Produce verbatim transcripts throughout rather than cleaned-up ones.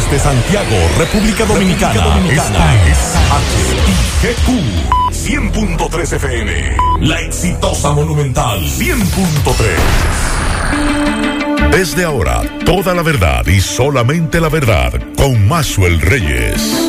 Desde Santiago, República Dominicana, República Dominicana. Esta es H I G Q cien punto tres F M. La exitosa Monumental cien punto tres. Desde ahora, toda la verdad y solamente la verdad con Maxwell Reyes.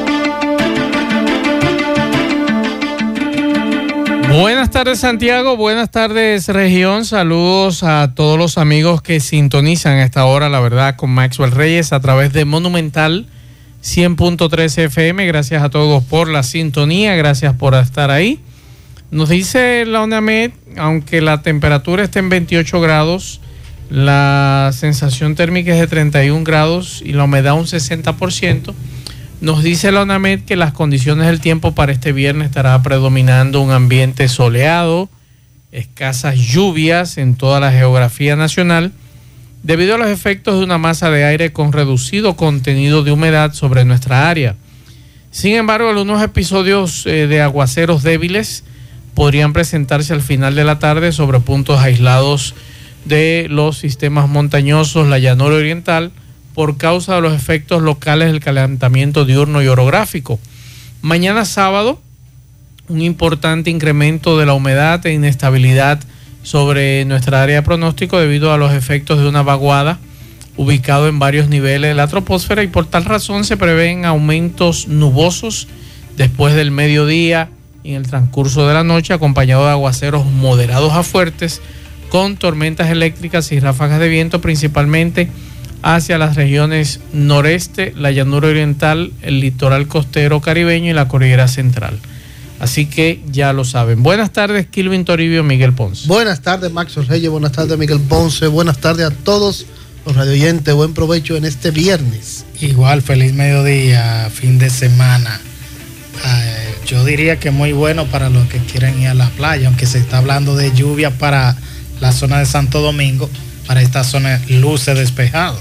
Buenas tardes, Santiago. Buenas tardes, región. Saludos a todos los amigos que sintonizan a esta hora, la verdad, con Maxwell Reyes a través de Monumental cien punto tres F M. Gracias a todos por la sintonía. Gracias por estar ahí. Nos dice la UNAMED, aunque la temperatura esté en veintiocho grados, la sensación térmica es de treinta y un grados y la humedad un sesenta por ciento. Nos dice la UNAMED que las condiciones del tiempo para este viernes estará predominando un ambiente soleado, escasas lluvias en toda la geografía nacional, debido a los efectos de una masa de aire con reducido contenido de humedad sobre nuestra área. Sin embargo, algunos episodios eh, de aguaceros débiles podrían presentarse al final de la tarde sobre puntos aislados de los sistemas montañosos, la llanura oriental, por causa de los efectos locales del calentamiento diurno y orográfico. Mañana sábado, un importante incremento de la humedad e inestabilidad sobre nuestra área de pronóstico debido a los efectos de una vaguada ubicado en varios niveles de la troposfera, y por tal razón se prevén aumentos nubosos después del mediodía y en el transcurso de la noche, acompañado de aguaceros moderados a fuertes con tormentas eléctricas y ráfagas de viento, principalmente hacia las regiones noreste, la llanura oriental, el litoral costero caribeño y la cordillera central. Así que ya lo saben. Buenas tardes, Kilvin Toribio, Miguel Ponce. Buenas tardes, Maxwell Reyes. Buenas tardes, Miguel Ponce. Buenas tardes a todos los radioyentes. Buen provecho en este viernes. Igual, feliz mediodía, fin de semana. Eh, yo diría que muy bueno para los que quieren ir a la playa, aunque se está hablando de lluvia para la zona de Santo Domingo. Para esta zona luce despejado.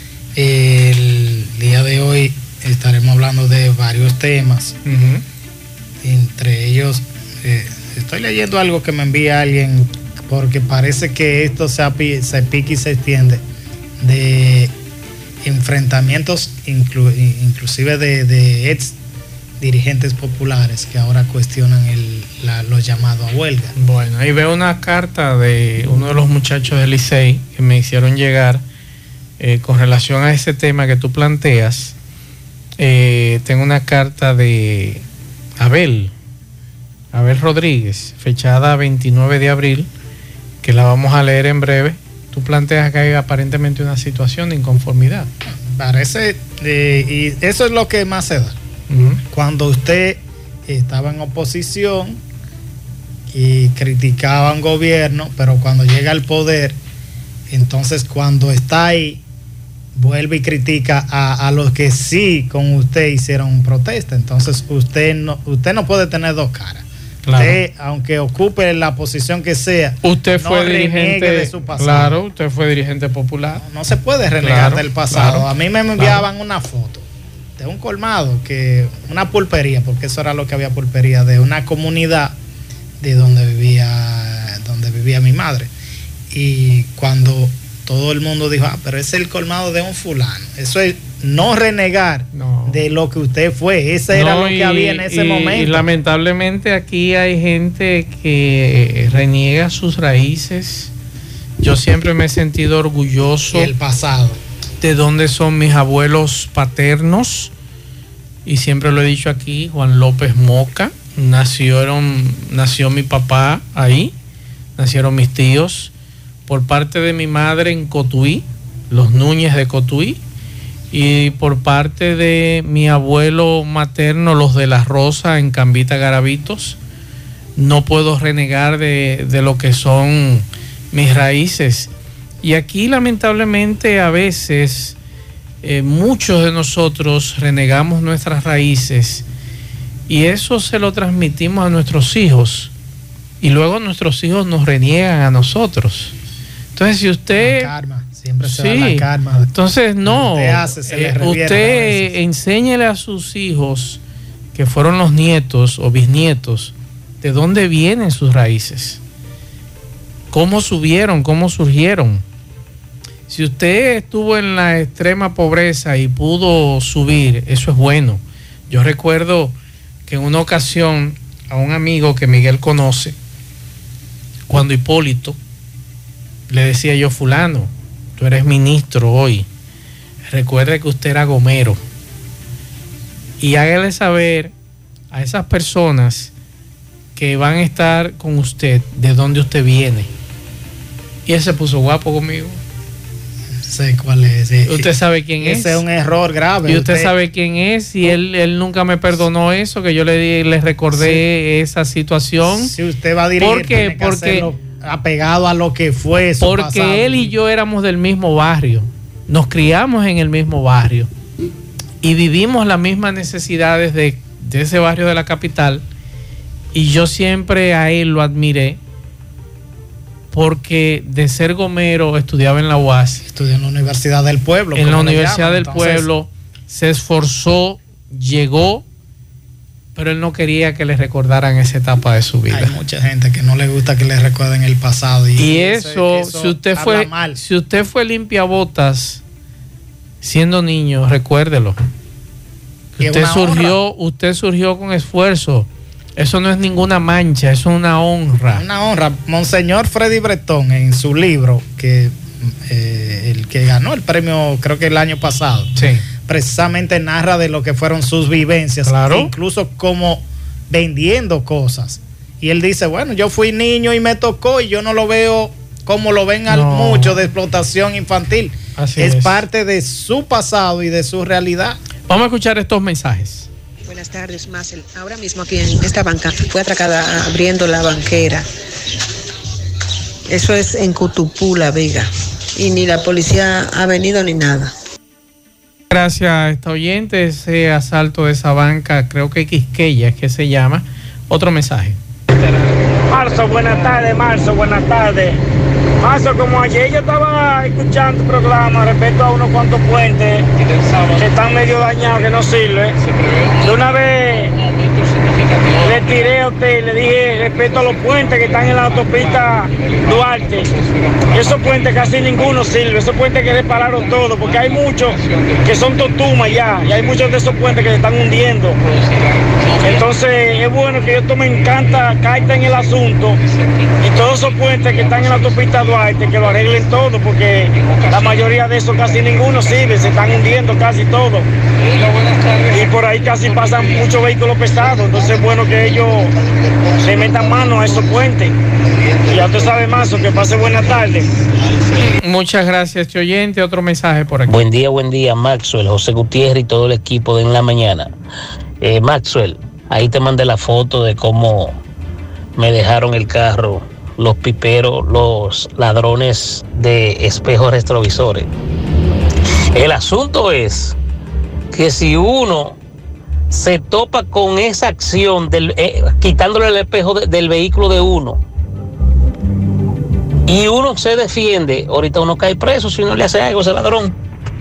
El día de hoy estaremos hablando de varios temas. Uh-huh. Entre ellos, eh, estoy leyendo algo que me envía alguien, porque parece que esto se, api- se pica y se extiende, de enfrentamientos inclu- inclusive de, de ex dirigentes populares que ahora cuestionan el, la, los llamados a huelga. Bueno, ahí veo una carta de uno de los muchachos del Licey que me hicieron llegar eh, con relación a ese tema que tú planteas. Eh, tengo una carta de Abel, Abel Rodríguez, fechada veintinueve de abril, que la vamos a leer en breve. Tú planteas que hay aparentemente una situación de inconformidad. Parece, eh, y eso es lo que más se da. Uh-huh. Cuando usted estaba en oposición y criticaba a un gobierno, pero cuando llega al poder, entonces cuando está ahí, vuelve y critica a, a los que sí con usted hicieron protesta. Entonces usted no, usted no puede tener dos caras. Claro. Usted, aunque ocupe la posición que sea, usted no fue dirigente de su pasado. Claro, usted fue dirigente popular. No, no se puede renegar claro, del pasado. Claro, a mí me enviaban claro. una foto de un colmado, que una pulpería, porque eso era lo que había, pulpería de una comunidad de donde vivía donde vivía mi madre, y cuando todo el mundo dijo, ah, pero ese es el colmado de un fulano, eso es no renegar no. de lo que usted fue, ese no, era lo que y, había en ese y, momento. Y lamentablemente aquí hay gente que reniega sus raíces. Yo siempre me he sentido orgulloso del pasado, de dónde son mis abuelos paternos, y siempre lo he dicho aquí, Juan López Moca, nacieron, nació mi papá ahí, nacieron mis tíos, por parte de mi madre en Cotuí, los Núñez de Cotuí, y por parte de mi abuelo materno, los de La Rosa en Cambita Garavitos. No puedo renegar de, de lo que son mis raíces. Y aquí lamentablemente a veces eh, muchos de nosotros renegamos nuestras raíces, y eso se lo transmitimos a nuestros hijos, y luego nuestros hijos nos reniegan a nosotros. Entonces si usted... La karma, siempre se sí, da la karma. Entonces no, usted, hace, se eh, usted enséñele a sus hijos, que fueron los nietos o bisnietos, de dónde vienen sus raíces, cómo subieron, cómo surgieron. Si usted estuvo en la extrema pobreza y pudo subir, eso es bueno. Yo recuerdo que en una ocasión a un amigo que Miguel conoce, cuando Hipólito, le decía yo, fulano, tú eres ministro hoy, recuerde que usted era gomero. Y hágale saber a esas personas que van a estar con usted de dónde usted viene. Y él se puso guapo conmigo. Sé cuál es. Sí. Usted sabe quién es. Ese es un error grave. Y usted, usted sabe quién es. Y él, él nunca me perdonó eso, que yo le, le recordé sí. esa situación. Si usted va a dirigir, ¿por qué? Porque apegado a lo que fue su porque pasado. Él y yo éramos del mismo barrio. Nos criamos en el mismo barrio. Y vivimos las mismas necesidades de, de ese barrio de la capital. Y yo siempre a él lo admiré. Porque de ser gomero estudiaba en la U A S. Estudió en la Universidad del Pueblo. En la Universidad llaman, del entonces... Pueblo se esforzó, llegó, pero él no quería que le recordaran esa etapa de su vida. Hay mucha gente que no le gusta que le recuerden el pasado. Y, y eso, eso, si usted fue, mal. si usted fue limpiabotas siendo niño, recuérdelo. Usted surgió, usted surgió con esfuerzo. Eso no es ninguna mancha, eso es una honra. Una honra. Monseñor Freddy Bretón, en su libro, que eh, el que ganó el premio, creo que el año pasado, sí. precisamente narra de lo que fueron sus vivencias, claro. incluso como vendiendo cosas. Y él dice, bueno, yo fui niño y me tocó, y yo no lo veo como lo ven al no. mucho de explotación infantil. Así es, es parte de su pasado y de su realidad. Vamos a escuchar estos mensajes. Buenas tardes, Marcel. Ahora mismo aquí en esta banca fue atracada abriendo la banquera. Eso es en Cutupú, La Vega. Y ni la policía ha venido ni nada. Gracias a esta oyente, ese asalto de esa banca, creo que Quisqueya es que se llama. Otro mensaje. Marzo, buenas tardes, Marzo, buenas tardes. Marzo, como ayer yo estaba escuchando tu programa respecto a unos cuantos puentes que están medio dañados, que no sirven. De una vez le tiré a usted, le dije respecto a los puentes que están en la autopista Duarte. Esos puentes casi ninguno sirve, esos puentes que repararon todo, porque hay muchos que son totumas ya, y hay muchos de esos puentes que se están hundiendo. Entonces es bueno que yo tomen carta, carta en el asunto, y todos esos puentes que están en la autopista Duarte, que lo arreglen todo, porque la mayoría de esos casi ninguno sirve, se están hundiendo casi todo. Y por ahí casi pasan muchos vehículos pesados, entonces es bueno que ellos se metan mano a esos puentes. Y ya usted sabe más, que pase buena tarde. Muchas gracias, este oyente. Otro mensaje por aquí. Buen día, buen día, Maxwell, José Gutiérrez y todo el equipo de En la Mañana. Eh, Maxwell, ahí te mandé la foto de cómo me dejaron el carro los piperos, los ladrones de espejos retrovisores. El asunto es que si uno se topa con esa acción del, eh, quitándole el espejo de, del vehículo de uno, y uno se defiende, ahorita uno cae preso si uno le hace algo a ese ladrón.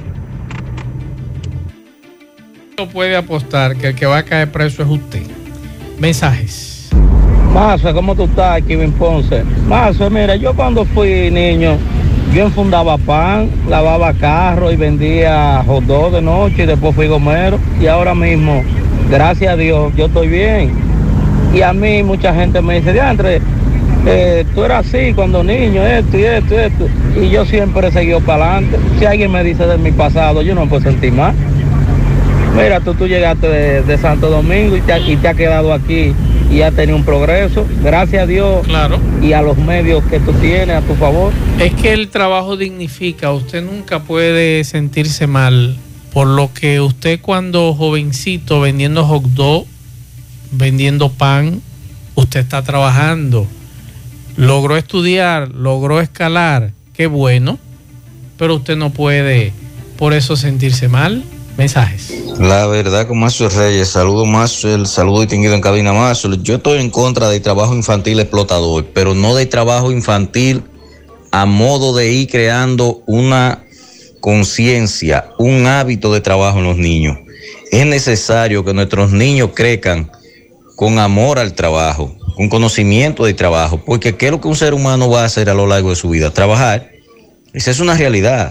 No puede apostar que el que va a caer preso es usted. Mensajes. Mazo, ¿cómo tú estás, Kevin Ponce? Mazo, mira, yo cuando fui niño, yo enfundaba pan, lavaba carro y vendía hot dog de noche, y después fui gomero, y ahora mismo, gracias a Dios, yo estoy bien. Y a mí mucha gente me dice, diantre, eh, tú eras así cuando niño, esto y esto y esto, y yo siempre he seguido para adelante. Si alguien me dice de mi pasado, yo no me puedo sentir mal. Mira, tú, tú llegaste de, de Santo Domingo y te, y te has quedado aquí y has tenido un progreso, gracias a Dios, claro, y a los medios que tú tienes a tu favor. Es que el trabajo dignifica, usted nunca puede sentirse mal por lo que usted cuando jovencito vendiendo hot dog, vendiendo pan, usted está trabajando, logró estudiar, logró escalar, qué bueno, pero usted no puede por eso sentirse mal. Mensajes. La verdad con Mazo Reyes, saludo Mazo, el saludo distinguido en cabina Mazo. Yo estoy en contra del trabajo infantil explotador, pero no del trabajo infantil a modo de ir creando una conciencia, un hábito de trabajo en los niños. Es necesario que nuestros niños crezcan con amor al trabajo, con conocimiento del trabajo, porque ¿qué es lo que un ser humano va a hacer a lo largo de su vida? Trabajar. Esa es una realidad.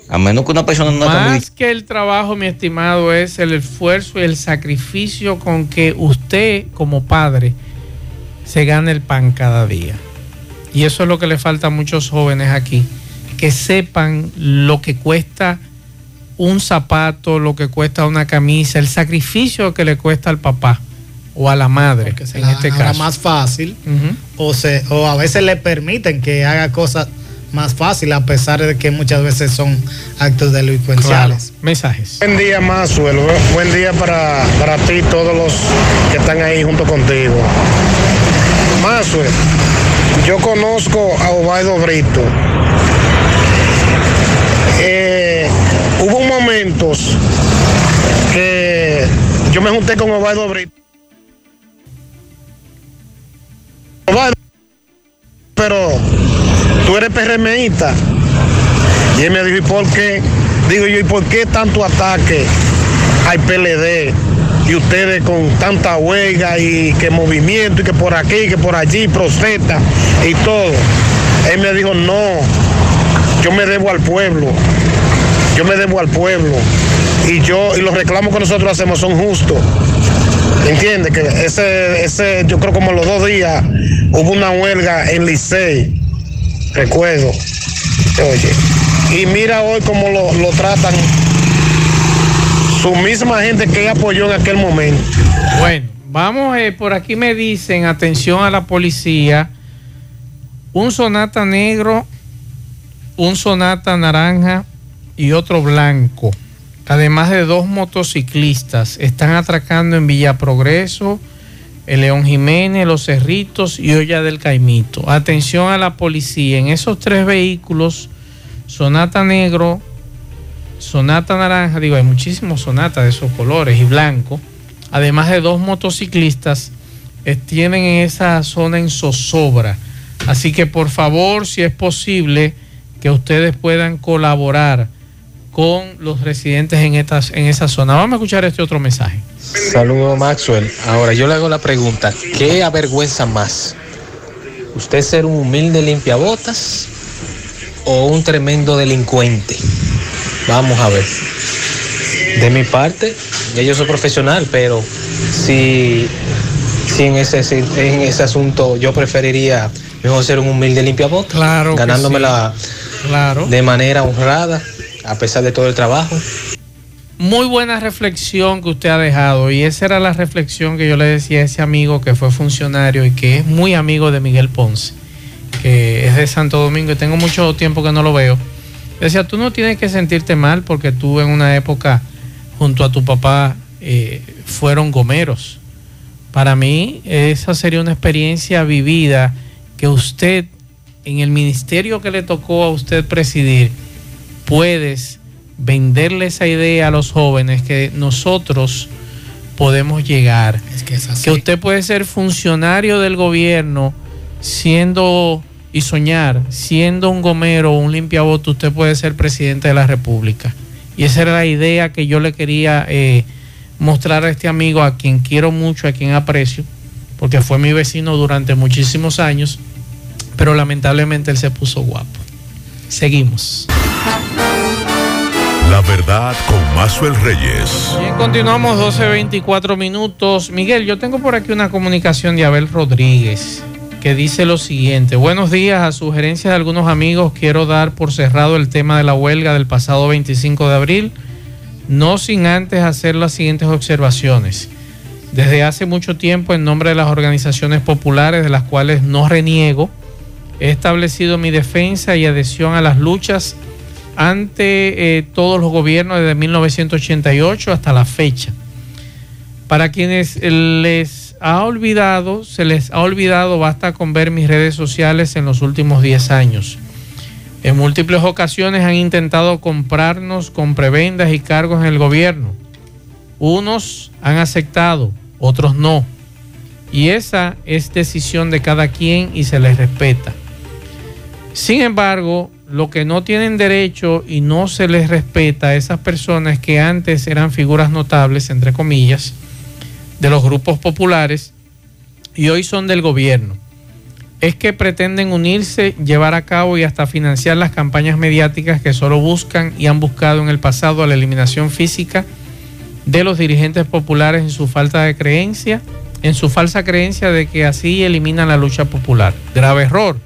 A menos que una persona no Más muy... que el trabajo, mi estimado, es el esfuerzo y el sacrificio con que usted como padre se gana el pan cada día. Y eso es lo que le falta a muchos jóvenes aquí, que sepan lo que cuesta un zapato, lo que cuesta una camisa, el sacrificio que le cuesta al papá o a la madre. Porque se en la este dan ahora caso más fácil, uh-huh. o, se, o a veces le permiten que haga cosas más fáciles, a pesar de que muchas veces son actos delincuenciales. Claro. Mensajes. Buen día, Maxwell. Buen día para, para ti, todos los que están ahí junto contigo. Maxwell, yo conozco a Obaydo Brito. Eh, hubo momentos que yo me junté con Obaydo Brito. Obaydo, pero tú eres PRMista. Y él me dijo, ¿y por qué? Digo yo, ¿y por qué tanto ataque al P L D? Y ustedes con tanta huelga y que movimiento y que por aquí y que por allí protesta y todo. Él me dijo, no, yo me debo al pueblo. Yo me debo al pueblo. Y yo, y los reclamos que nosotros hacemos son justos. ¿Entiendes? Que ese, ese, yo creo como los dos días hubo una huelga en Licey. Recuerdo. Oye. Y mira hoy cómo lo, lo tratan su misma gente que apoyó en aquel momento. Bueno, vamos, eh, por aquí me dicen, atención a la policía, un Sonata negro, un Sonata naranja y otro blanco, además de dos motociclistas, están atracando en Villa Progreso, el León Jiménez, Los Cerritos y Olla del Caimito. Atención a la policía, en esos tres vehículos, Sonata negro, Sonata naranja, digo, hay muchísimos Sonatas de esos colores y blanco, además de dos motociclistas, tienen en esa zona en zozobra. Así que por favor, si es posible, que ustedes puedan colaborar con los residentes en, estas, en esa zona. Vamos a escuchar este otro mensaje. Saludos, Maxwell. Ahora yo le hago la pregunta, ¿qué avergüenza más? ¿Usted ser un humilde limpiabotas o un tremendo delincuente? Vamos a ver. De mi parte, ya yo soy profesional, pero si, si en, ese, en ese asunto yo preferiría mejor ser un humilde limpiabotas, claro, ganándomela sí. Claro. De manera honrada, a pesar de todo el trabajo. Muy buena reflexión que usted ha dejado, y esa era la reflexión que yo le decía a ese amigo que fue funcionario y que es muy amigo de Miguel Ponce, que es de Santo Domingo y tengo mucho tiempo que no lo veo. Decía, tú no tienes que sentirte mal porque tú en una época junto a tu papá eh, fueron gomeros. Para mí esa sería una experiencia vivida que usted en el ministerio que le tocó a usted presidir puedes venderle esa idea a los jóvenes que nosotros podemos llegar. Es que es así. Que usted puede ser funcionario del gobierno siendo y soñar, siendo un gomero o un limpiabotas, usted puede ser presidente de la República. Y esa era la idea que yo le quería eh, mostrar a este amigo, a quien quiero mucho, a quien aprecio, porque fue mi vecino durante muchísimos años, pero lamentablemente él se puso guapo. Seguimos. La verdad con Maxwell Reyes. Bien, continuamos, doce veinticuatro minutos. Miguel, yo tengo por aquí una comunicación de Abel Rodríguez que dice lo siguiente: buenos días, a sugerencia de algunos amigos quiero dar por cerrado el tema de la huelga del pasado veinticinco de abril, no sin antes hacer las siguientes observaciones. Desde hace mucho tiempo, en nombre de las organizaciones populares, de las cuales no reniego, he establecido mi defensa y adhesión a las luchas ante eh, todos los gobiernos desde mil novecientos ochenta y ocho hasta la fecha. Para quienes les ha olvidado, se les ha olvidado, basta con ver mis redes sociales en los últimos diez años. En múltiples ocasiones han intentado comprarnos con prebendas y cargos en el gobierno. Unos han aceptado, otros no. Y esa es decisión de cada quien y se les respeta. Sin embargo, lo que no tienen derecho y no se les respeta a esas personas que antes eran figuras notables, entre comillas, de los grupos populares y hoy son del gobierno, es que pretenden unirse, llevar a cabo y hasta financiar las campañas mediáticas que solo buscan y han buscado en el pasado la eliminación física de los dirigentes populares en su falta de creencia, en su falsa creencia de que así eliminan la lucha popular. Grave error.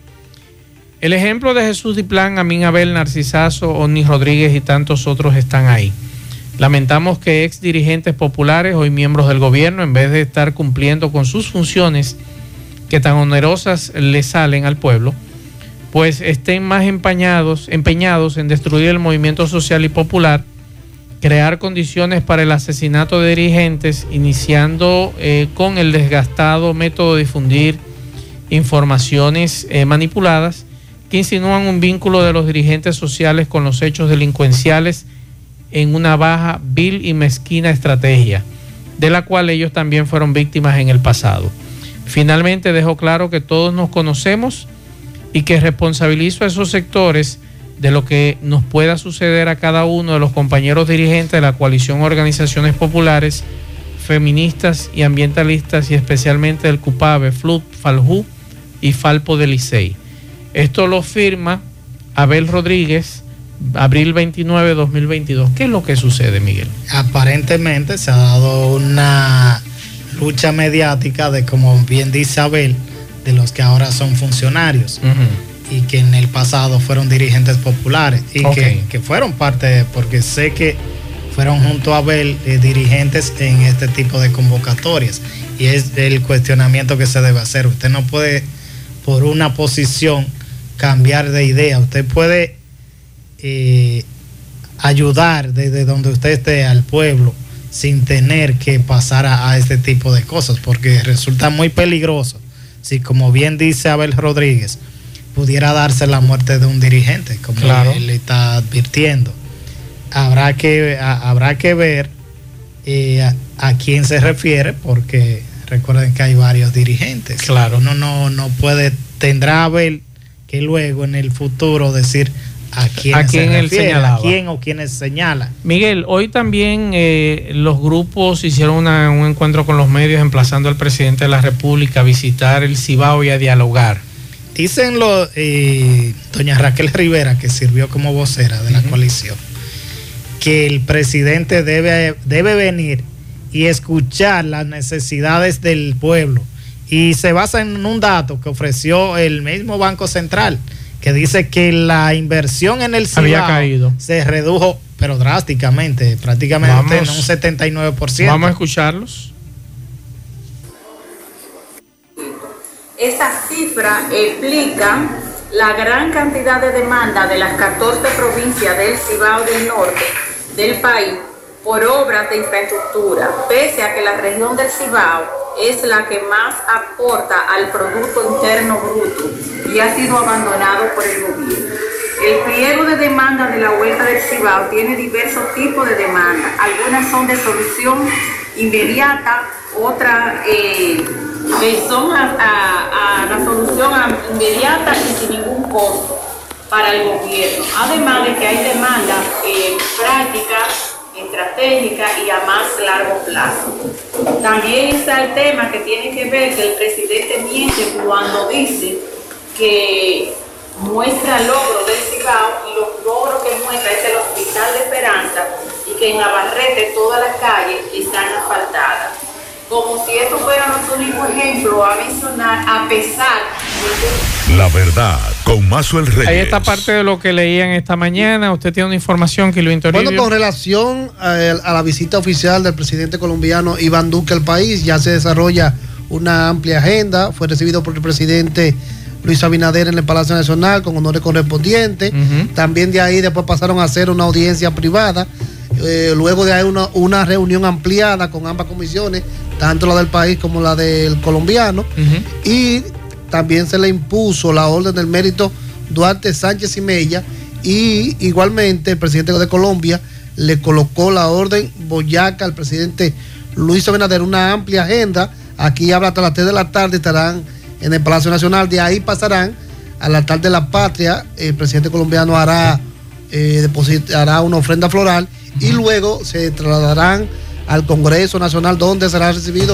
El ejemplo de Jesús Diplán, Amín Abel, Narcisazo, Oni Rodríguez y tantos otros están ahí. Lamentamos que ex dirigentes populares, hoy miembros del gobierno, en vez de estar cumpliendo con sus funciones que tan onerosas le salen al pueblo, pues estén más empañados, empeñados en destruir el movimiento social y popular, crear condiciones para el asesinato de dirigentes, iniciando eh, con el desgastado método de difundir informaciones eh, manipuladas que insinúan un vínculo de los dirigentes sociales con los hechos delincuenciales en una baja, vil y mezquina estrategia, de la cual ellos también fueron víctimas en el pasado. Finalmente dejó claro que todos nos conocemos y que responsabilizo a esos sectores de lo que nos pueda suceder a cada uno de los compañeros dirigentes de la coalición Organizaciones Populares, Feministas y Ambientalistas, y especialmente del CUPAVE, FLUP, FALJU y FALPO del Licey. Esto lo firma Abel Rodríguez, abril veintinueve de dos mil veintidós. ¿Qué es lo que sucede, Miguel? Aparentemente se ha dado una lucha mediática de, como bien dice Abel, de los que ahora son funcionarios. Uh-huh. Y que en el pasado fueron dirigentes populares y okay. que, que fueron parte, porque sé que fueron junto a Abel eh, dirigentes en este tipo de convocatorias, y es el cuestionamiento que se debe hacer. Usted no puede por una posición cambiar de idea. Usted puede eh, ayudar desde donde usted esté al pueblo sin tener que pasar a, a este tipo de cosas, porque resulta muy peligroso si, como bien dice Abel Rodríguez, pudiera darse la muerte de un dirigente, como claro. él, él está advirtiendo. Habrá que, a, habrá que ver eh, a, a quién se refiere, porque recuerden que hay varios dirigentes. Claro. Uno no, no puede, tendrá a ver que luego en el futuro decir a quién, a quién se él refiere, señalaba. a quién o quiénes señala. Miguel, hoy también eh, los grupos hicieron una, un encuentro con los medios emplazando al presidente de la República a visitar el Cibao y a dialogar. Dicen lo, eh, doña Raquel Rivera, que sirvió como vocera de la uh-huh. coalición, que el presidente debe, debe venir y escuchar las necesidades del pueblo. Y se basa en un dato que ofreció el mismo Banco Central, que dice que la inversión en el Cibao había caído, se redujo, pero drásticamente, prácticamente vamos, en un setenta y nueve por ciento. Vamos a escucharlos. Esa cifra explica la gran cantidad de demanda de las catorce provincias del Cibao del norte del país por obras de infraestructura, pese a que la región del Cibao es la que más aporta al Producto Interno Bruto y ha sido abandonado por el gobierno. El pliego de demanda de la Vuelta del Cibao tiene diversos tipos de demanda. Algunas son de solución inmediata, otras eh, son a, a, a la solución inmediata y sin ningún costo para el gobierno. Además de que hay demandas eh, prácticas, estratégicas y a más largo plazo. También está el tema que tiene que ver que el presidente miente cuando dice que muestra logros del Cibao, y los logros que muestra es el Hospital de Esperanza, y que en Navarrete todas las calles están asfaltadas. Como si estos fueran los únicos ejemplos a mencionar, a pesar de que... La verdad, con Mazuel Reyes. Ahí está parte de lo que leían esta mañana. Usted tiene una información que lo Toribio. Bueno, con relación a, a la visita oficial del presidente colombiano Iván Duque al país, ya se desarrolla una amplia agenda. Fue recibido por el presidente Luis Abinader en el Palacio Nacional con honores correspondientes. Uh-huh. También de ahí después pasaron a hacer una audiencia privada. Eh, luego de ahí una, una reunión ampliada con ambas comisiones, tanto la del país como la del colombiano. Uh-huh. Y también se le impuso la orden del mérito Duarte Sánchez y Mella, y igualmente el presidente de Colombia le colocó la orden Boyaca al presidente Luis Abinader. Una amplia agenda. Aquí habla hasta las tres de la tarde, estarán en el Palacio Nacional. De ahí pasarán al altar de la patria. El presidente colombiano hará, eh, depositará una ofrenda floral, uh-huh. y luego se trasladarán al Congreso Nacional, donde será recibido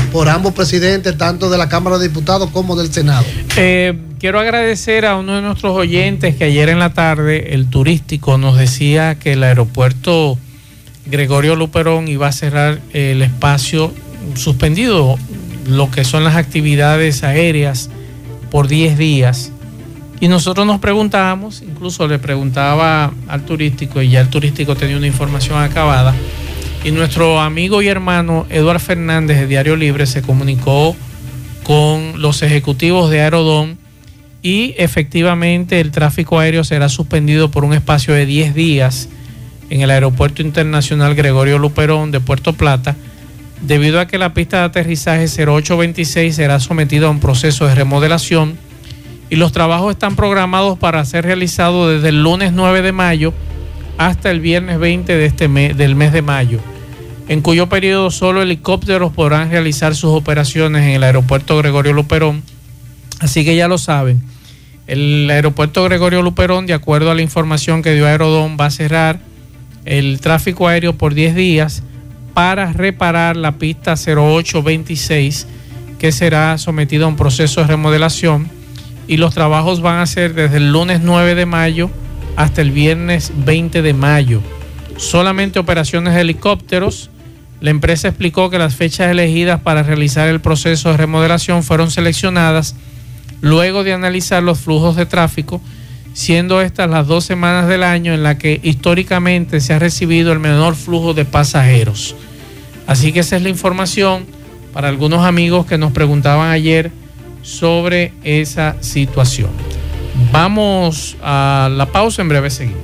por ambos presidentes, tanto de la Cámara de Diputados como del Senado. Eh, quiero agradecer a uno de nuestros oyentes que ayer en la tarde, el turístico, nos decía que el aeropuerto Gregorio Luperón iba a cerrar el espacio suspendido, lo que son las actividades aéreas, por diez días. Y nosotros nos preguntábamos, incluso le preguntaba al turístico, y ya el turístico tenía una información acabada, y nuestro amigo y hermano Eduardo Fernández de Diario Libre se comunicó con los ejecutivos de Aerodón y efectivamente el tráfico aéreo será suspendido por un espacio de diez días en el Aeropuerto Internacional Gregorio Luperón de Puerto Plata, debido a que la pista de aterrizaje cero ocho veintiséis será sometida a un proceso de remodelación y los trabajos están programados para ser realizados desde el lunes nueve de mayo hasta el viernes veinte de este mes, del mes de mayo, en cuyo periodo solo helicópteros podrán realizar sus operaciones en el aeropuerto Gregorio Luperón. Así que ya lo saben, el aeropuerto Gregorio Luperón, de acuerdo a la información que dio Aerodón, va a cerrar el tráfico aéreo por diez días para reparar la pista cero ocho veintiséis, que será sometida a un proceso de remodelación, y los trabajos van a ser desde el lunes nueve de mayo hasta el viernes veinte de mayo. Solamente operaciones de helicópteros. La empresa explicó que las fechas elegidas para realizar el proceso de remodelación fueron seleccionadas luego de analizar los flujos de tráfico, siendo estas las dos semanas del año en la que históricamente se ha recibido el menor flujo de pasajeros. Así que esa es la información para algunos amigos que nos preguntaban ayer sobre esa situación. Vamos a la pausa, en breve seguimos.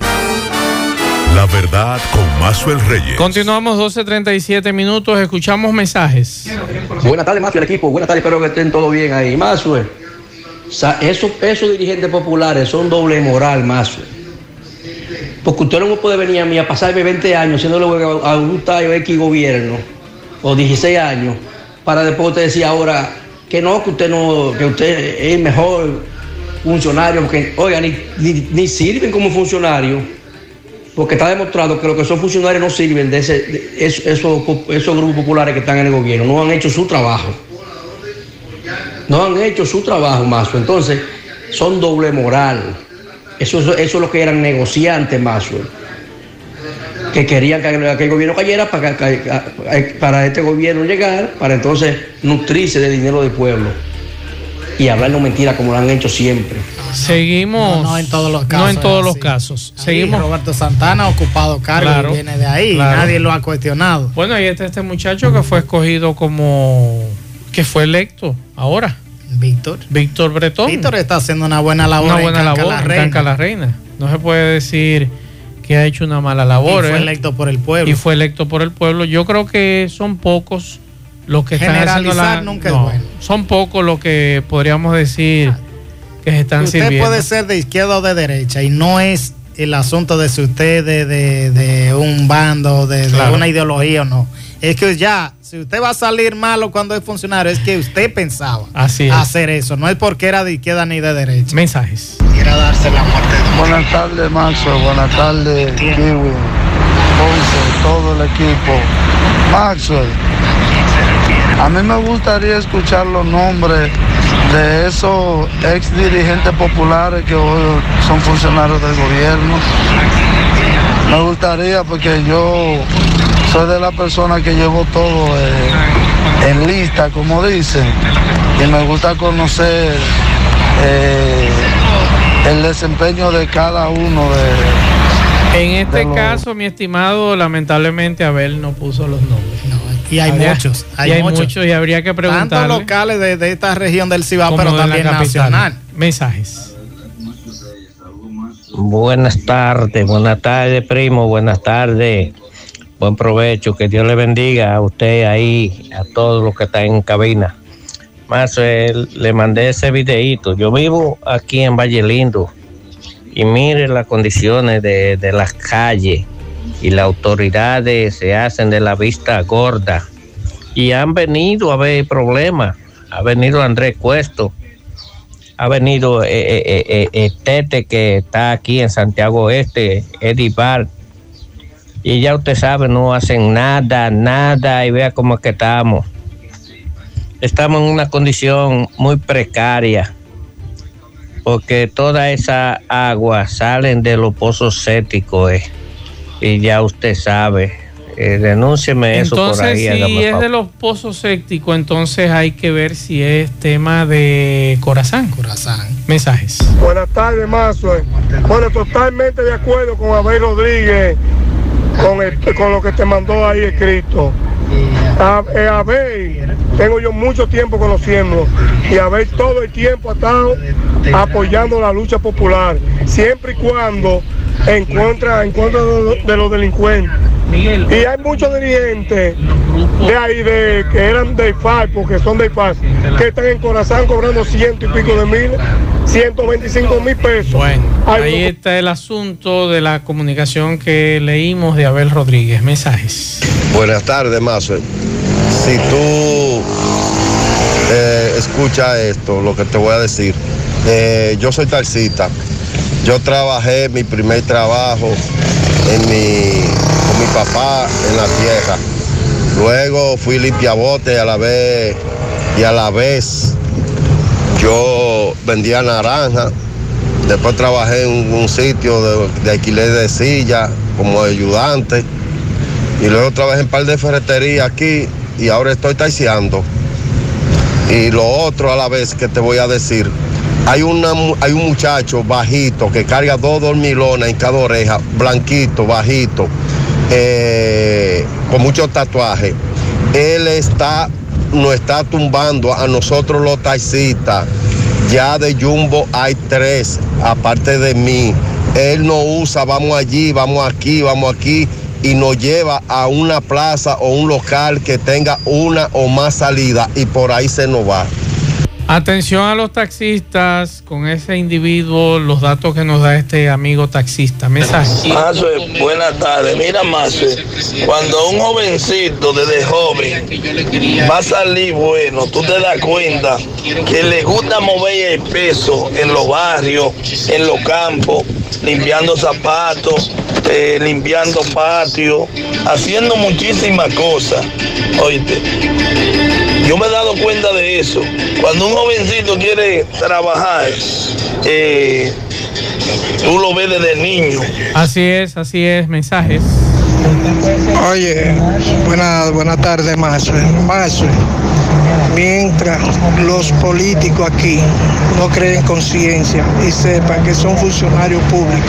La verdad con Maxwell Reyes. Continuamos, doce treinta y siete minutos, escuchamos mensajes. Buenas tardes, Maxwell, equipo. Buenas tardes, espero que estén todos bien ahí. Maxwell, o sea, esos, esos dirigentes populares son doble moral, Maxwell. Porque usted no puede venir a mí a pasarme veinte años siéndole a un tallo X gobierno, o dieciséis años, para después usted decir ahora que no, que usted no, que usted es mejor funcionario, porque, oiga, ni, ni, ni sirven como funcionarios, porque está demostrado que los que son funcionarios no sirven de, ese, de esos, esos, esos grupos populares que están en el gobierno, no han hecho su trabajo. No han hecho su trabajo, Maxwell. Entonces, son doble moral. Eso, eso, eso es lo que eran negociantes, Maxwell, que querían que aquel gobierno cayera para, para este gobierno llegar, para entonces nutrirse del dinero del pueblo y hablarnos mentiras como lo han hecho siempre. Seguimos. No, no en todos los casos. No en todos los casos. Ahí Seguimos. Roberto Santana ha ocupado cargo, claro, y viene de ahí. Claro. Nadie lo ha cuestionado. Bueno, ahí está este muchacho que fue escogido como, que fue electo ahora. Víctor. Víctor Bretón. Víctor está haciendo una buena labor. Una buena en labor en Canca la Reina. No se puede decir que ha hecho una mala labor. Y fue ¿eh? electo por el pueblo. Y fue electo por el pueblo. Yo creo que son pocos los que están haciendo la... nunca no, es bueno. Son pocos los que podríamos decir que se están usted sirviendo. Usted puede ser de izquierda o de derecha y no es el asunto de si usted de, de, de un bando, de, claro, de una ideología o no. Es que ya, si usted va a salir malo cuando es funcionario, es que usted pensaba Así es. hacer eso. No es porque era de izquierda ni de derecha. Mensajes. Quiera darse la muerte. Buenas tardes, Maxwell. Buenas tardes, Kiwi, Ponce, todo el equipo. Maxwell, a mí me gustaría escuchar los nombres de esos ex dirigentes populares que hoy son funcionarios del gobierno. Me gustaría, porque yo soy de la persona que llevo todo eh, en lista, como dicen, y me gusta conocer eh, el desempeño de cada uno de... En este de los... caso, mi estimado, lamentablemente Abel no puso los nombres. No, y hay habría, muchos. Hay, y hay muchos. muchos y habría que preguntarle. Tanto locales de, de esta región del Cibao, pero también nacional. Mensajes. Buenas tardes, buenas tardes, primo, buenas tardes. Buen provecho, que Dios le bendiga a usted ahí, a todos los que están en cabina. Más eh, le mandé ese videíto. Yo vivo aquí en Valle Lindo y mire las condiciones de, de las calles, y las autoridades se hacen de la vista gorda y han venido a ver problemas. Ha venido Andrés Cuesto, ha venido eh, eh, eh, eh, Tete, que está aquí en Santiago Este, Edivar, y ya usted sabe, no hacen nada, nada, y vea cómo es que estamos. estamos en una condición muy precaria, porque toda esa agua salen de los pozos sépticos, eh, y ya usted sabe. Eh, denúncieme eso por ahí. Entonces, si es de los pozos sépticos, entonces hay que ver si es tema de Corazán. Corazán. Mensajes. Buenas tardes, Mazo. Bueno, totalmente de acuerdo con Abel Rodríguez, con, el, con lo que te mandó ahí escrito. A, eh, Abel, tengo yo mucho tiempo conociendo, y Abel todo el tiempo ha estado apoyando la lucha popular, siempre y cuando en contra, en contra de, de los delincuentes. Y hay muchos dirigentes de ahí de, que eran de I F A R, porque son de I F A R, que están en Corazán cobrando ciento y pico de mil, ciento veinticinco mil pesos. Bueno, ahí está el asunto de la comunicación que leímos de Abel Rodríguez. Mensajes. Buenas tardes, Mazo. Si tú eh, escuchas esto, lo que te voy a decir, eh, yo soy taxista. Yo trabajé mi primer trabajo en mi, con mi papá en la tierra. Luego fui limpiabote a la vez y a la vez yo vendía naranja. Después trabajé en un, un sitio de, de alquiler de silla como ayudante. Y luego trabajé en un par de ferreterías aquí y ahora estoy taxiando. Y lo otro a la vez que te voy a decir, hay, una, hay un muchacho bajito que carga dos dormilonas en cada oreja, blanquito, bajito, eh, con muchos tatuajes. Él está, nos está tumbando a nosotros los taxistas. Ya de Jumbo hay tres, aparte de mí. Él no usa, vamos allí, vamos aquí, vamos aquí, y nos lleva a una plaza o un local que tenga una o más salidas y por ahí se nos va. Atención a los taxistas con ese individuo, los datos que nos da este amigo taxista. Mensaje. Mazo, buenas tardes. Mira, Mazo, cuando un jovencito desde joven va a salir bueno, tú te das cuenta que le gusta mover el peso en los barrios, en los campos, limpiando zapatos, eh, limpiando patios, haciendo muchísimas cosas. Oíste, yo me he dado cuenta de eso. Cuando un jovencito quiere trabajar, eh, tú lo ves desde niño. Así es, así es. Mensajes. Oye, buenas buena tardes, Mazo. Mazo, mientras los políticos aquí no creen conciencia y sepan que son funcionarios públicos,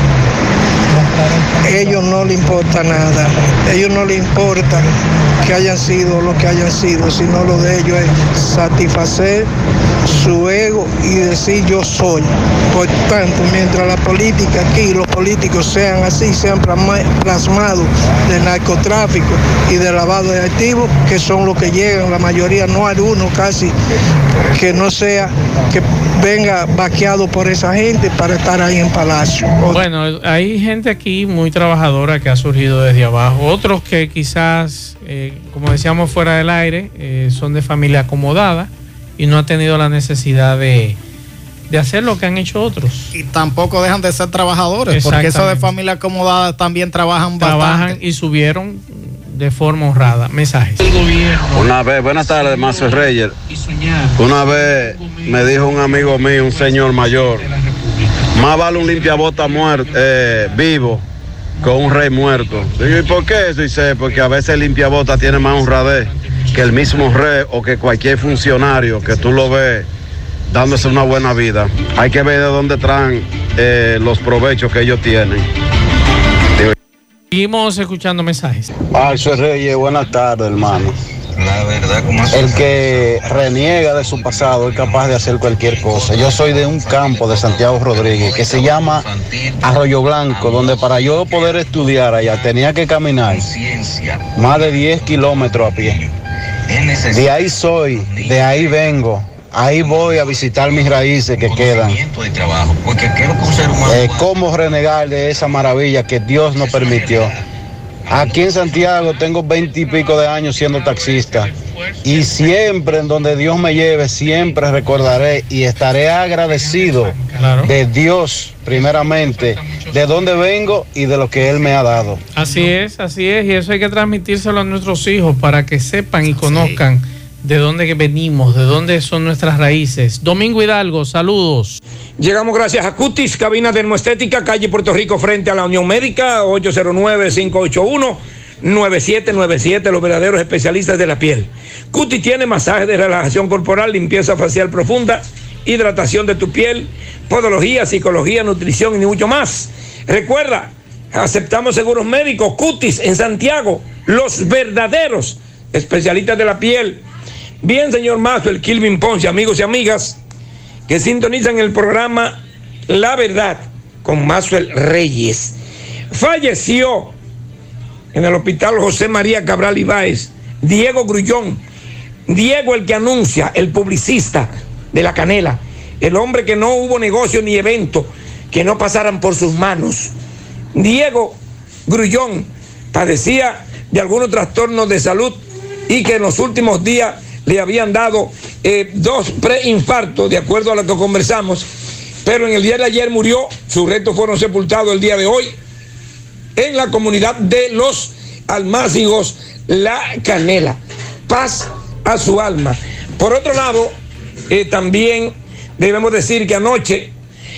ellos no les importa nada, ellos no les importa que hayan sido lo que hayan sido, sino lo de ellos es satisfacer su ego y decir yo soy. Por tanto, mientras la política aquí, los políticos sean así, sean plasmados de narcotráfico y de lavado de activos, que son los que llegan, la mayoría, no hay uno casi que no sea, que venga vaqueado por esa gente para estar ahí en Palacio. Bueno, hay gente aquí muy trabajadora que ha surgido desde abajo, otros que quizás, eh, como decíamos fuera del aire, eh, son de familia acomodada y no ha tenido la necesidad de, de hacer lo que han hecho otros. Y tampoco dejan de ser trabajadores, porque esos de familia acomodada también trabajan bastante. Trabajan y subieron de forma honrada. Mensajes. Una vez, buenas tardes, Mazo Reyes. Una vez me dijo un amigo mío, un señor mayor, más vale un limpiabota muerto, eh, vivo con un rey muerto. Digo, ¿y por qué eso? Dice, porque a veces el limpiabota tiene más honradez que el mismo rey o que cualquier funcionario que tú lo ves dándose una buena vida. Hay que ver de dónde traen eh, los provechos que ellos tienen. Digo, seguimos escuchando mensajes. Mazo Reyes, buenas tardes, hermano. La verdad, como el que reniega de su pasado es capaz de hacer cualquier cosa. Yo soy de un campo de Santiago Rodríguez que se llama Arroyo Blanco, donde para yo poder estudiar allá tenía que caminar más de diez kilómetros a pie. De ahí soy, de ahí vengo. Ahí voy a visitar mis raíces que quedan. Eh, ¿Cómo renegar de esa maravilla que Dios nos permitió? Aquí en Santiago tengo veinte y pico de años siendo taxista y siempre en donde Dios me lleve, siempre recordaré y estaré agradecido claro. de Dios primeramente, de dónde vengo y de lo que Él me ha dado. Así es, así es, y eso hay que transmitírselo a nuestros hijos para que sepan y conozcan de dónde venimos, de dónde son nuestras raíces. Domingo Hidalgo, saludos. Llegamos gracias a Cutis, cabina dermoestética, calle Puerto Rico, frente a la Unión Médica, ocho cero nueve, cinco ocho uno, nueve siete nueve siete, los verdaderos especialistas de la piel. Cutis tiene masaje de relajación corporal, limpieza facial profunda, hidratación de tu piel, podología, psicología, nutrición y mucho más. Recuerda, aceptamos seguros médicos. Cutis en Santiago, los verdaderos especialistas de la piel. Bien, señor Maxwell, Kilvin Ponce, amigos y amigas que sintonizan el programa La Verdad con Maxwell Reyes. Falleció en el hospital José María Cabral Ibáez Diego Grullón. Diego, el que anuncia, el publicista de La Canela, el hombre que no hubo negocio ni evento que no pasaran por sus manos. Diego Grullón padecía de algunos trastornos de salud y que en los últimos días le habían dado eh, dos preinfartos, de acuerdo a lo que conversamos, pero en el día de ayer murió. Sus restos fueron sepultados el día de hoy en la comunidad de Los Almácigos, La Canela. Paz a su alma. Por otro lado, eh, también debemos decir que anoche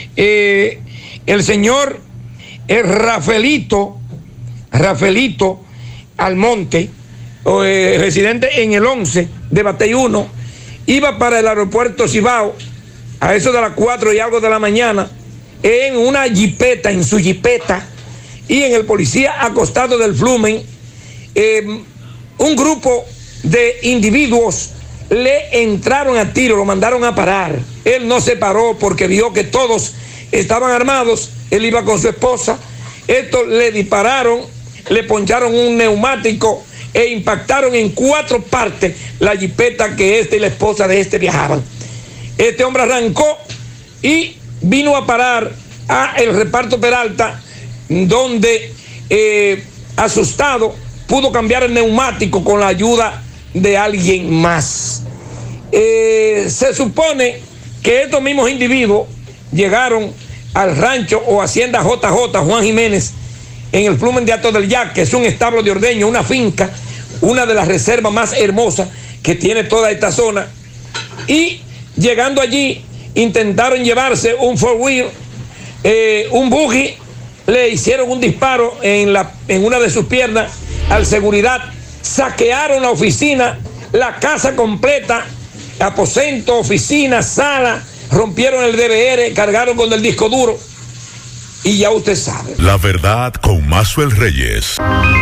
eh, el señor eh, Rafaelito, Rafaelito Almonte, eh, residente en el once de Batey uno, iba para el aeropuerto Cibao a eso de las cuatro y algo de la mañana en una jipeta, en su jipeta, y en el policía acostado del Flumen, eh, un grupo de individuos le entraron a tiro, lo mandaron a parar. Él no se paró porque vio que todos estaban armados, él iba con su esposa. Estos le dispararon, le poncharon un neumático e impactaron en cuatro partes la jipeta que este y la esposa de este viajaban. Este hombre arrancó y vino a parar a el reparto Peralta, donde eh, asustado pudo cambiar el neumático con la ayuda de alguien más. Eh, se supone que estos mismos individuos llegaron al rancho o hacienda J J Juan Jiménez en el Flumen de Ato del Yaque, que es un establo de ordeño, una finca, una de las reservas más hermosas que tiene toda esta zona. Y llegando allí intentaron llevarse un four wheel, eh, un buggy, le hicieron un disparo en, la, en una de sus piernas al seguridad, saquearon la oficina, la casa completa, aposento, oficina, sala, rompieron el D V R, cargaron con el disco duro y ya usted sabe. La Verdad con Maxwell Reyes.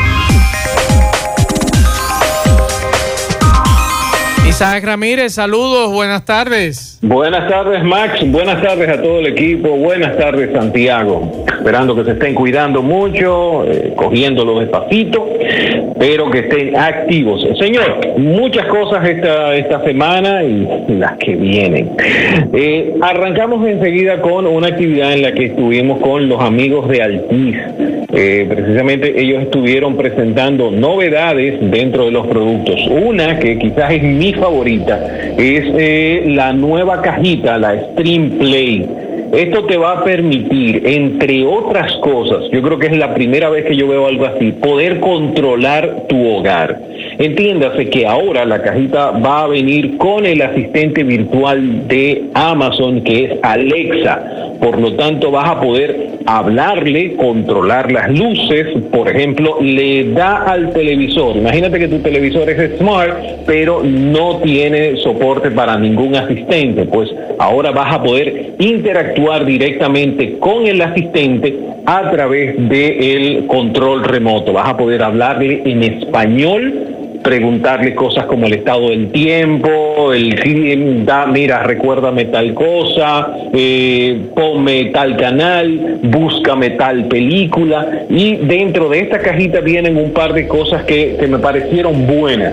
Isaac Ramírez, saludos, buenas tardes. Buenas tardes, Max, buenas tardes a todo el equipo, buenas tardes, Santiago. Esperando que se estén cuidando mucho, eh, cogiéndolo despacito, pero que estén activos. Señor, muchas cosas esta, esta semana y las que vienen. Eh, arrancamos enseguida con una actividad en la que estuvimos con los amigos de Altiz. Eh, precisamente ellos estuvieron presentando novedades dentro de los productos. Una que quizás es mi favorita es eh, la nueva cajita, la Stream Play. Esto te va a permitir, entre otras cosas, yo creo que es la primera vez que yo veo algo así, poder controlar tu hogar. Entiéndase que ahora la cajita va a venir con el asistente virtual de Amazon, que es Alexa. Por lo tanto, vas a poder hablarle, controlar las luces. Por ejemplo, le da al televisor. Imagínate que tu televisor es smart, pero no tiene soporte para ningún asistente. Pues ahora vas a poder interactuar directamente con el asistente a través del control remoto. Vas a poder hablarle en español, preguntarle cosas como el estado del tiempo, el da, mira, recuérdame tal cosa, eh, ponme tal canal, búscame tal película. Y dentro de esta cajita vienen un par de cosas que, que me parecieron buenas.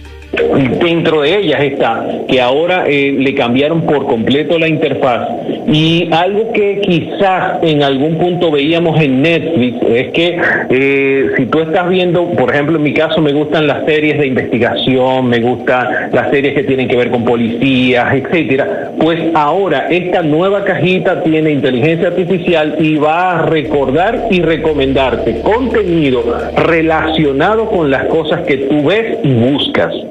Dentro de ellas está que ahora eh, le cambiaron por completo la interfaz, y algo que quizás en algún punto veíamos en Netflix es que eh, si tú estás viendo, por ejemplo, en mi caso me gustan las series de investigación, me gustan las series que tienen que ver con policías, etcétera, pues ahora esta nueva cajita tiene inteligencia artificial y va a recordar y recomendarte contenido relacionado con las cosas que tú ves y buscas.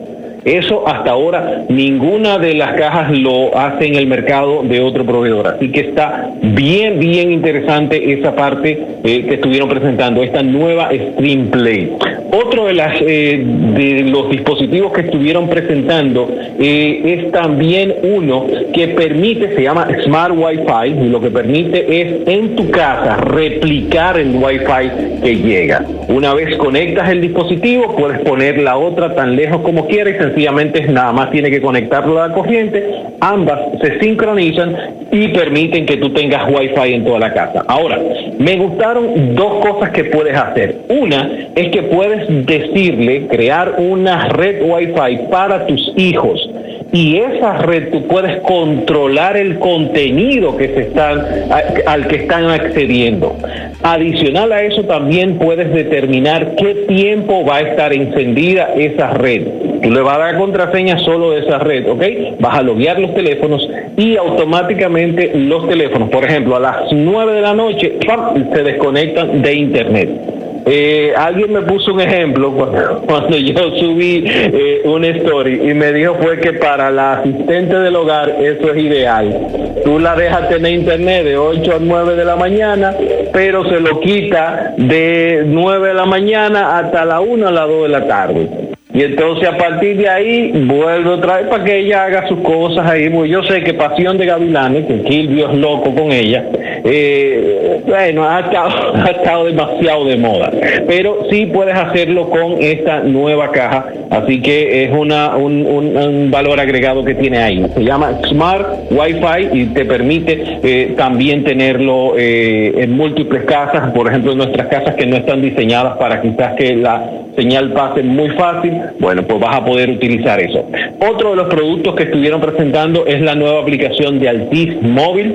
Eso hasta ahora ninguna de las cajas lo hace en el mercado de otro proveedor. Así que está bien, bien interesante esa parte eh, que estuvieron presentando, esta nueva Stream Play. Otro de, las, eh, de los dispositivos que estuvieron presentando eh, es también uno que permite, se llama Smart Wi-Fi, y lo que permite es en tu casa replicar el Wi-Fi que llega. Una vez conectas el dispositivo, puedes poner la otra tan lejos como quieras y sencillamente nada más tiene que conectarlo a la corriente, ambas se sincronizan y permiten que tú tengas Wi-Fi en toda la casa. Ahora, me gustaron dos cosas que puedes hacer. Una es que puedes decirle, crear una red Wi-Fi para tus hijos, y esa red tú puedes controlar el contenido que se están, al que están accediendo. Adicional a eso, también puedes determinar qué tiempo va a estar encendida esa red. Tú le vas a dar contraseña solo de esa red, ¿ok? Vas a loguear los teléfonos y automáticamente los teléfonos, por ejemplo, a las nueve de la noche, ¡pam!, se desconectan de internet. Eh, alguien me puso un ejemplo cuando, cuando yo subí eh, una story y me dijo fue que para la asistente del hogar eso es ideal. Tú la dejas tener internet de ocho a nueve de la mañana, pero se lo quita de nueve de la mañana hasta la una a las dos de la tarde. Y entonces a partir de ahí vuelve otra vez para que ella haga sus cosas ahí. Pues yo sé que Pasión de Gavilanes, que Kilvio es loco con ella, eh, bueno, ha estado, ha estado demasiado de moda. Pero sí puedes hacerlo con esta nueva caja, así que es una un, un, un valor agregado que tiene ahí. Se llama Smart Wi-Fi y te permite eh, también tenerlo eh, en múltiples casas, por ejemplo en nuestras casas que no están diseñadas para quizás que la señal pase muy fácil. Bueno, pues vas a poder utilizar eso. Otro de los productos que estuvieron presentando es la nueva aplicación de Altiz Móvil,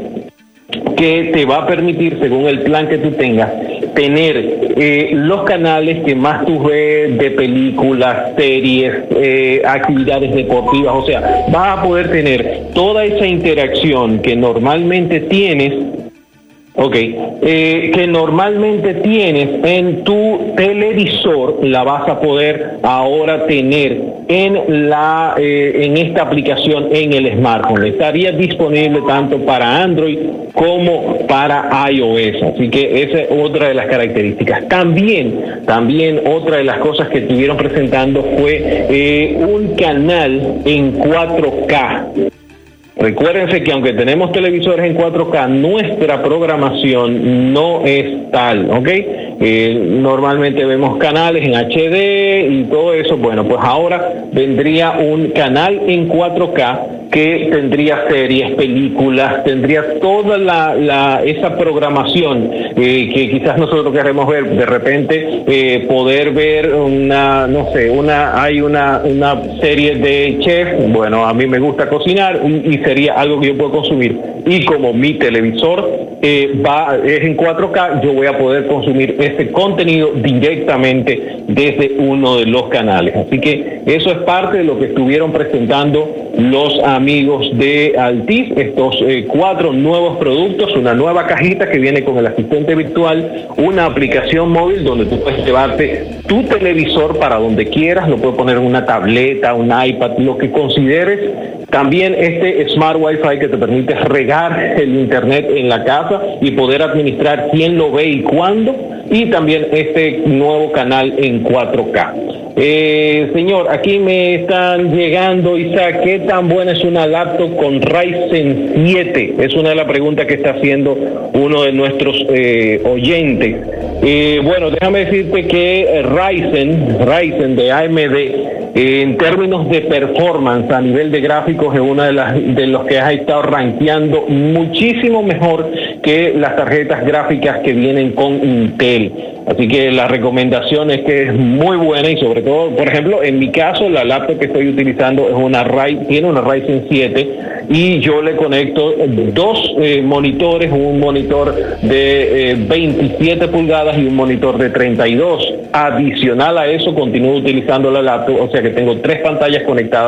que te va a permitir, según el plan que tú tengas, tener eh, los canales que más tú ves de películas, series, eh, actividades deportivas. O sea, vas a poder tener toda esa interacción que normalmente tienes Ok, eh, que normalmente tienes en tu televisor, la vas a poder ahora tener en la eh, en esta aplicación en el smartphone. Estaría disponible tanto para Android como para iOS, así que esa es otra de las características. También, también otra de las cosas que estuvieron presentando fue eh, un canal en cuatro K. Recuérdense que aunque tenemos televisores en cuatro K, nuestra programación no es tal, ¿ok? Eh, normalmente vemos canales en H D y todo eso. Bueno, pues ahora vendría un canal en cuatro K que tendría series, películas, tendría toda la, la esa programación eh, que quizás nosotros queremos ver. De repente eh, poder ver una, no sé, una hay una, una serie de chef. Bueno, a mí me gusta cocinar y, y sería algo que yo puedo consumir, y como mi televisor eh, va es en cuatro K, yo voy a poder consumir ese contenido directamente desde uno de los canales. Así que eso es parte de lo que estuvieron presentando los amigos de Altiz, estos eh, cuatro nuevos productos, una nueva cajita que viene con el asistente virtual, una aplicación móvil donde tú puedes llevarte tu televisor para donde quieras, lo puedes poner en una tableta, un iPad, lo que consideres. También este Smart Wi-Fi que te permite regar el internet en la casa y poder administrar quién lo ve y cuándo, y también este nuevo canal en cuatro K. Eh, señor, aquí me están llegando, Isaac, ¿qué tan buena es una laptop con Ryzen siete? Es una de las preguntas que está haciendo uno de nuestros eh, oyentes. Eh, bueno, déjame decirte que Ryzen, Ryzen de A M D, eh, en términos de performance a nivel de gráficos, es una de las de los que ha estado rankeando muchísimo mejor que las tarjetas gráficas que vienen con Intel. Así que la recomendación es que es muy buena, y sobre todo, por ejemplo, en mi caso, la laptop que estoy utilizando es una Ryzen, tiene una Ryzen siete, y yo le conecto dos eh, monitores, un monitor de eh, veintisiete pulgadas y un monitor de treinta y dos. Adicional a eso, continúo utilizando la laptop, o sea que tengo tres pantallas conectadas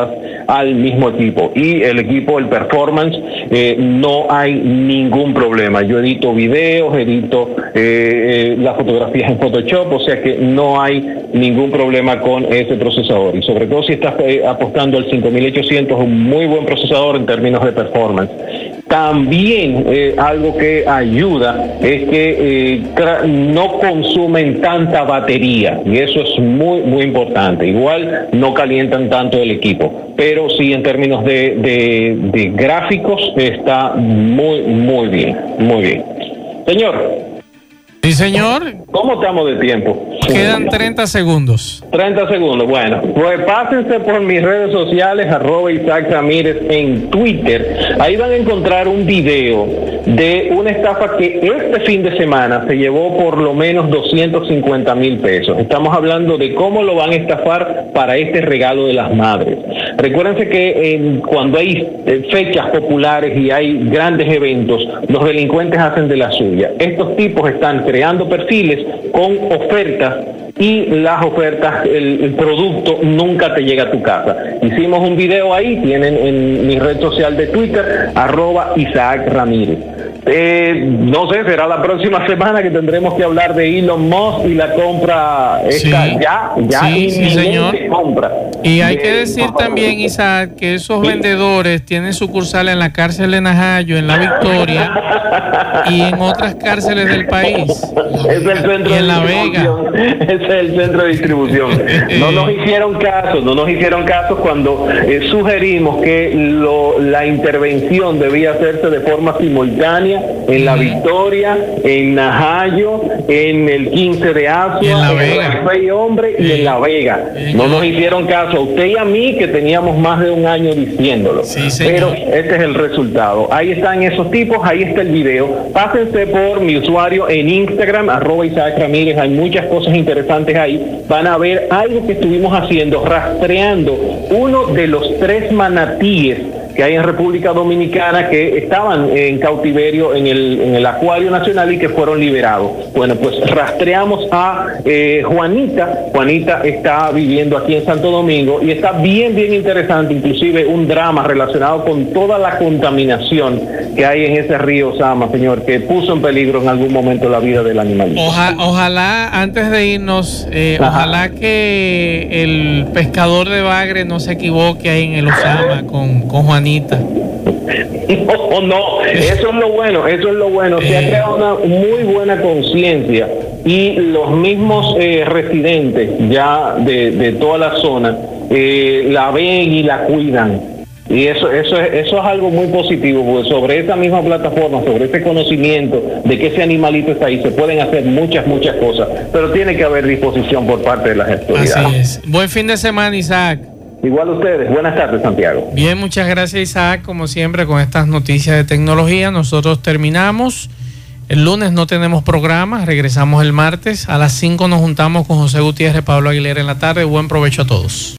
al mismo equipo. Y el equipo, el performance, eh, no hay ningún problema. Yo edito videos, edito eh, eh, las fotografías en Photoshop, o sea que no hay ningún problema con ese procesador. Y sobre todo si estás eh, apostando al cinco mil ochocientos, un muy buen procesador en términos de performance. También eh, algo que ayuda es que eh, tra- no consumen tanta batería, y eso es muy muy importante. Igual no calientan tanto el equipo, pero sí en términos de, de, de gráficos está muy muy bien, muy bien. Señor. Sí, señor. ¿Cómo estamos de tiempo? Quedan treinta segundos. treinta segundos. Bueno, pues pásense por mis redes sociales, arroba Isaac Ramírez en Twitter. Ahí van a encontrar un video de una estafa que este fin de semana se llevó por lo menos doscientos cincuenta mil pesos. Estamos hablando de cómo lo van a estafar para este regalo de las madres. Recuérdense que eh, cuando hay eh, fechas populares y hay grandes eventos, los delincuentes hacen de la suya. Estos tipos están creando perfiles con ofertas y las ofertas, el, el producto nunca te llega a tu casa. Hicimos un video ahí, tienen en mi red social de Twitter, arroba Isaac Ramírez. Eh, no sé, será la próxima semana que tendremos que hablar de Elon Musk y la compra esta, Sí. ya, ya Sí, sí, señor. compra. Y hay que de- decir también, Isaac, que esos vendedores tienen sucursal en la cárcel de Najayo, en La Victoria y en otras cárceles del país. Es el centro Y en de La distribución. Ese es el centro de distribución. No nos hicieron caso, no nos hicieron caso cuando eh, sugerimos que lo, la intervención debía hacerse de forma simultánea en La Victoria, en Najayo, en el quince de Asua, Y en La en Vega. el Rey Hombre y en La Vega. No nos hicieron caso a usted y a mí, que teníamos más de un año diciéndolo. Pero este es el resultado. Ahí están esos tipos, ahí está el video. Pásense por mi usuario en Instagram, arroba Isaac Ramírez. Hay muchas cosas interesantes ahí. Van a ver algo que estuvimos haciendo, rastreando uno de los tres manatíes que hay en República Dominicana que estaban en cautiverio en el, en el Acuario Nacional y que fueron liberados. Bueno, pues rastreamos a eh, Juanita. Juanita está viviendo aquí en Santo Domingo y está bien, bien interesante, inclusive un drama relacionado con toda la contaminación que hay en ese río Sama, señor, que puso en peligro en algún momento la vida del animal. Oja- ojalá, antes de irnos, eh, ojalá que el pescador de bagre no se equivoque ahí en el Osama con, con Juanita. No, no, eso es lo bueno, eso es lo bueno. Se ha creado una muy buena conciencia y los mismos eh, residentes ya de, de toda la zona eh, la ven y la cuidan. Y eso, eso, es, eso es algo muy positivo, porque sobre esa misma plataforma, sobre ese conocimiento de que ese animalito está ahí, se pueden hacer muchas, muchas cosas, pero tiene que haber disposición por parte de las autoridades. Así es. Buen fin de semana, Isaac. Igual ustedes. Buenas tardes, Santiago. Bien, muchas gracias, Isaac, como siempre, con estas noticias de tecnología. Nosotros terminamos. El lunes no tenemos programa, regresamos el martes. A las cinco nos juntamos con José Gutiérrez, Pablo Aguilera en la tarde. Buen provecho a todos.